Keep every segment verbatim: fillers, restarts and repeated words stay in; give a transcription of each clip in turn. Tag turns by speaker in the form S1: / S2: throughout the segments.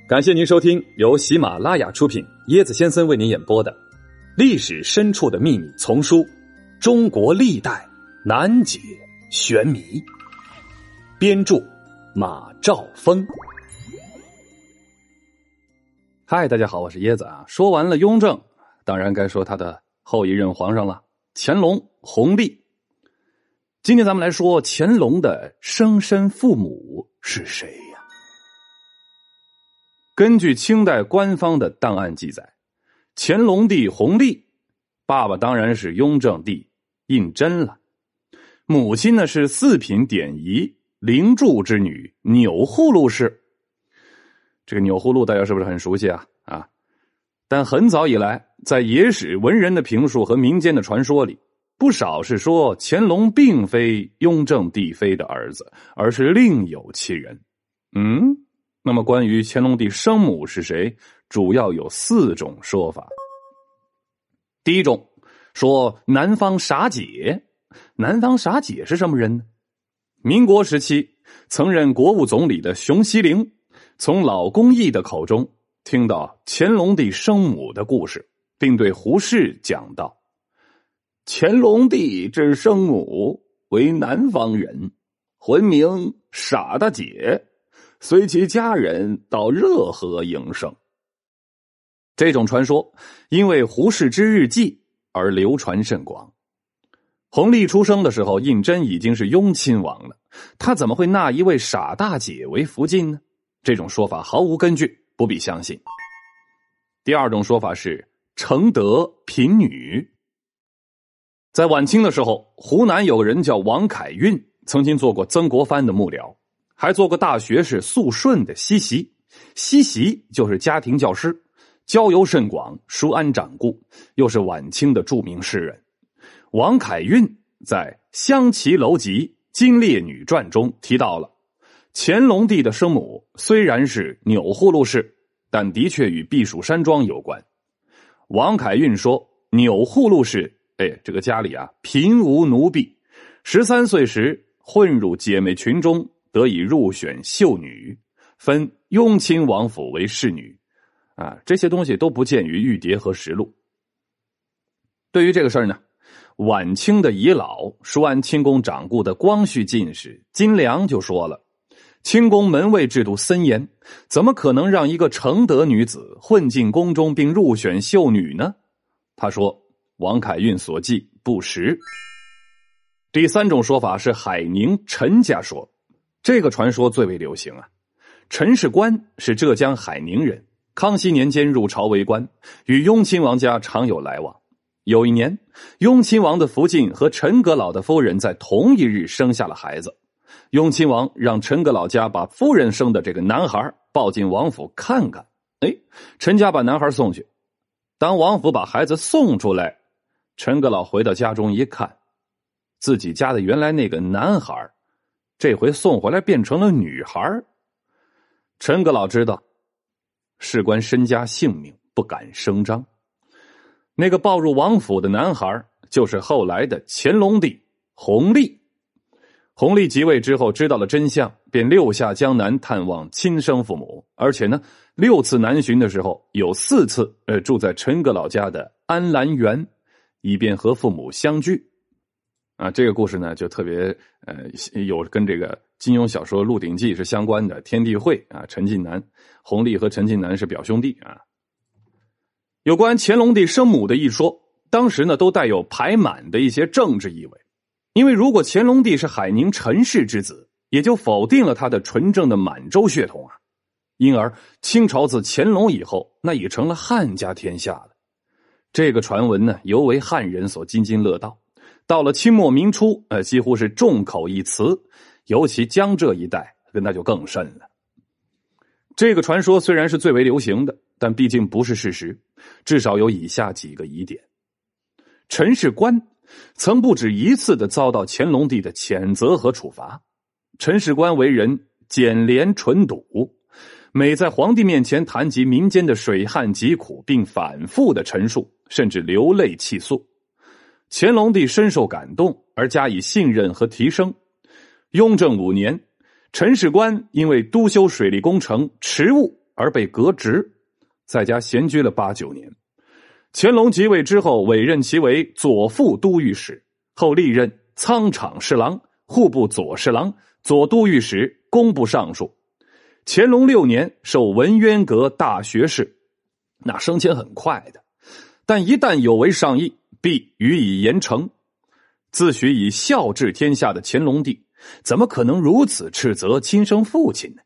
S1: 感谢您收听由喜马拉雅出品，椰子先生为您演播的《历史深处的秘密》丛书《中国历代难解玄谜》，编著马兆峰。嗨，大家好，我是椰子啊。说完了雍正，当然该说他的后一任皇上了，乾隆弘历。今天咱们来说乾隆的生身父母是谁呀？根据清代官方的档案记载，乾隆帝弘历爸爸当然是雍正帝胤禛了，母亲呢是四品典仪灵柱之女钮祜禄氏。这个钮祜禄大家是不是很熟悉啊？啊，但很早以来，在野史文人的评述和民间的传说里，不少是说乾隆并非雍正帝妃的儿子，而是另有其人。嗯，那么关于乾隆帝生母是谁，主要有四种说法。第一种说南方傻姐。南方傻姐是什么人呢？民国时期曾任国务总理的熊希龄从老公义的口中听到乾隆帝生母的故事，并对胡适讲道：乾隆帝之生母为南方人，浑名傻大姐，随其家人到热河营生。这种传说因为胡适之日记而流传甚广。弘历出生的时候，胤禛已经是雍亲王了，他怎么会纳一位傻大姐为福晋呢？这种说法毫无根据，不必相信。第二种说法是承德贫女。在晚清的时候，湖南有个人叫王凯运，曾经做过曾国藩的幕僚，还做过大学士肃顺的西席。西席就是家庭教师，交游甚广，疏谙掌故，又是晚清的著名诗人。王凯运在《湘琪楼集金烈女传》中提到了乾隆帝的生母虽然是钮祜禄氏，但的确与避暑山庄有关。王凯运说，钮祜禄氏哎，这个家里啊贫无奴婢，十三岁时混入姐妹群中，得以入选秀女，分雍亲王府为侍女啊，这些东西都不见于玉牒和实录。对于这个事儿呢，晚清的遗老疏谙清宫掌故的光绪进士金良就说了，清宫门卫制度森严，怎么可能让一个承德女子混进宫中并入选秀女呢？他说王凯运所记不实。第三种说法是海宁陈家说，这个传说最为流行啊。陈世官是浙江海宁人，康熙年间入朝为官，与雍亲王家常有来往。有一年，雍亲王的福晋和陈阁老的夫人在同一日生下了孩子。雍亲王让陈阁老家把夫人生的这个男孩抱进王府看看。哎，陈家把男孩送去。当王府把孩子送出来，陈阁老回到家中一看，自己家的原来那个男孩，这回送回来变成了女孩。陈阁老知道事关身家性命，不敢声张。那个抱入王府的男孩就是后来的乾隆帝弘历。弘历即位之后知道了真相，便六下江南探望亲生父母，而且呢六次南巡的时候有四次呃住在陈阁老家的安澜园，以便和父母相聚。啊，这个故事呢就特别呃有跟这个金庸小说《鹿鼎记》是相关的。天地会啊，陈近南，弘历和陈近南是表兄弟啊。有关乾隆帝生母的一说，当时呢都带有排满的一些政治意味。因为如果乾隆帝是海宁陈氏之子，也就否定了他的纯正的满洲血统啊。因而清朝自乾隆以后，那已成了汉家天下了。这个传闻呢，尤为汉人所津津乐道。到了清末明初，呃，几乎是众口一词，尤其江浙一带，那就更甚了。这个传说虽然是最为流行的，但毕竟不是事实，至少有以下几个疑点。陈世官曾不止一次地遭到乾隆帝的谴责和处罚。陈世官为人简廉纯笃，每在皇帝面前谈及民间的水旱疾苦，并反复的陈述，甚至流泪泣诉。乾隆帝深受感动，而加以信任和提升。雍正五年，陈世官因为督修水利工程迟误而被革职，在家闲居了八九年。乾隆即位之后，委任其为左副都御史，后历任仓场侍郎、户部左侍郎、左都御史、工部尚书。乾隆六年授文渊阁大学士，那升迁很快的，但一旦有违上意，必予以严惩。自诩以孝治天下的乾隆帝，怎么可能如此斥责亲生父亲呢？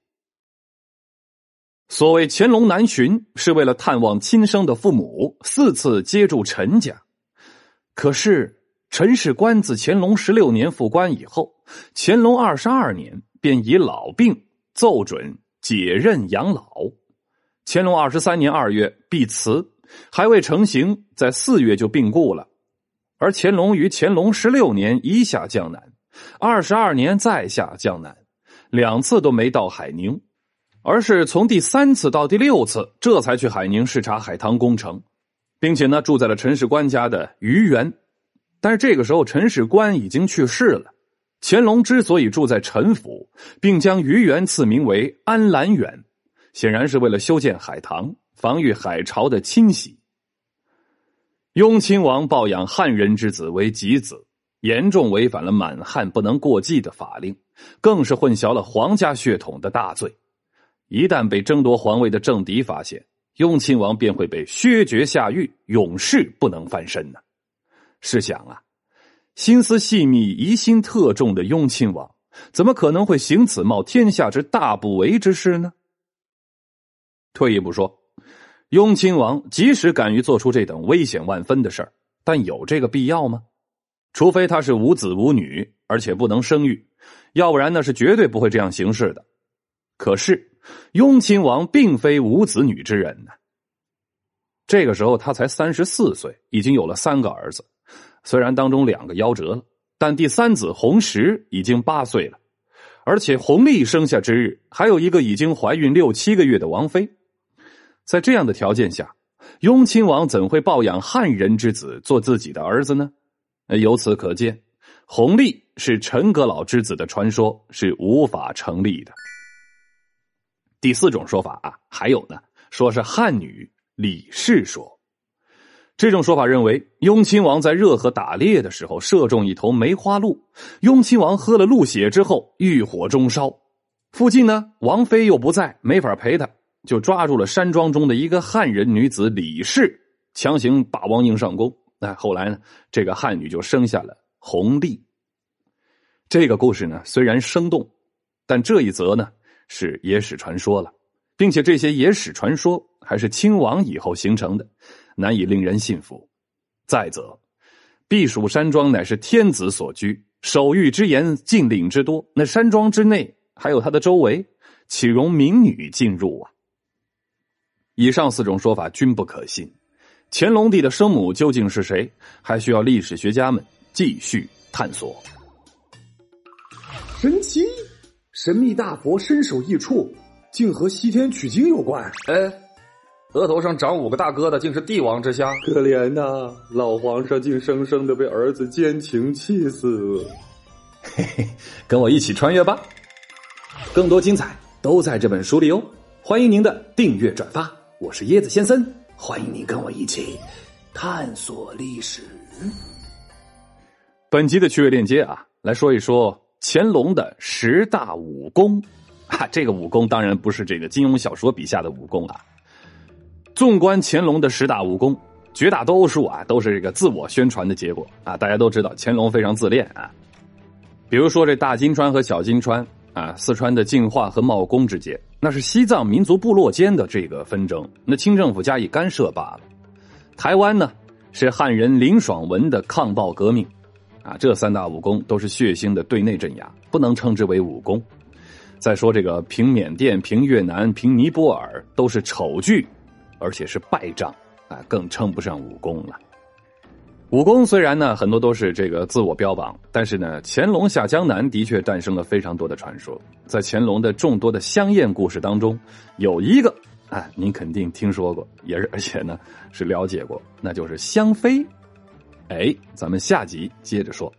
S1: 所谓乾隆南巡，是为了探望亲生的父母，四次接触陈家。可是陈世观自乾隆十六年复官以后，乾隆二十二年便以老病奏准解任养老。乾隆二十三年二月毕辞，还未成行，在四月就病故了。而乾隆于乾隆十六年一下江南，二十二年再下江南，两次都没到海宁，而是从第三次到第六次，这才去海宁视察海棠工程，并且呢住在了陈世观家的余园。但是这个时候陈世观已经去世了，乾隆之所以住在陈府，并将余园赐名为安澜园，显然是为了修建海棠，防御海潮的侵袭。雍亲王抱养汉人之子为己子，严重违反了满汉不能过继的法令，更是混淆了皇家血统的大罪。一旦被争夺皇位的政敌发现，雍亲王便会被削爵下狱，永世不能翻身呢。试想啊，心思细密、疑心特重的雍亲王，怎么可能会行此冒天下之大不为之事呢？退一步说，雍亲王即使敢于做出这等危险万分的事儿，但有这个必要吗？除非他是无子无女，而且不能生育，要不然呢是绝对不会这样行事的。可是雍亲王并非无子女之人呢。这个时候他才三十四岁，已经有了三个儿子，虽然当中两个夭折了，但第三子弘时已经八岁了，而且弘历生下之日，还有一个已经怀孕六七个月的王妃。在这样的条件下，雍亲王怎会抱养汉人之子做自己的儿子呢？由此可见，弘历是陈阁老之子的传说是无法成立的。第四种说法啊，还有呢，说是汉女李氏说。这种说法认为，雍亲王在热河打猎的时候射中一头梅花鹿，雍亲王喝了鹿血之后欲火中烧，附近呢王妃又不在，没法陪他，就抓住了山庄中的一个汉人女子李氏，强行把王迎上宫。那后来呢，这个汉女就生下了弘历。这个故事呢虽然生动，但这一则呢是野史传说了，并且这些野史传说还是亲王以后形成的，难以令人信服。再则，避暑山庄乃是天子所居，守御之严，禁令之多，那山庄之内还有它的周围，岂容民女进入啊？以上四种说法均不可信。乾隆帝的生母究竟是谁，还需要历史学家们继续探索。
S2: 神奇！神秘大佛身首异处，竟和西天取经有关。
S3: 哎，额头上长五个大疙瘩，竟是帝王之相。
S2: 可怜呐、啊，老皇上竟生生的被儿子奸情气死。
S1: 嘿嘿，跟我一起穿越吧，更多精彩都在这本书里哦。欢迎您的订阅转发，我是椰子先生，欢迎您跟我一起探索历史。本集的趣味链接啊，来说一说乾隆的十大武功啊，这个武功当然不是这个金庸小说笔下的武功啊。纵观乾隆的十大武功，绝大多数啊都是这个自我宣传的结果啊。大家都知道乾隆非常自恋啊，比如说这大金川和小金川啊，四川的净化和茂功之间，那是西藏民族部落间的这个纷争，那清政府加以干涉罢了。台湾呢，是汉人林爽文的抗暴革命啊，这三大武功都是血腥的对内镇压，不能称之为武功。再说这个平缅甸、平越南、平尼泊尔都是丑剧，而且是败仗啊，更称不上武功了。武功虽然呢很多都是这个自我标榜，但是呢乾隆下江南的确诞生了非常多的传说。在乾隆的众多的香艳故事当中，有一个啊您肯定听说过，也是而且呢是了解过，那就是香妃。哎，咱们下集接着说。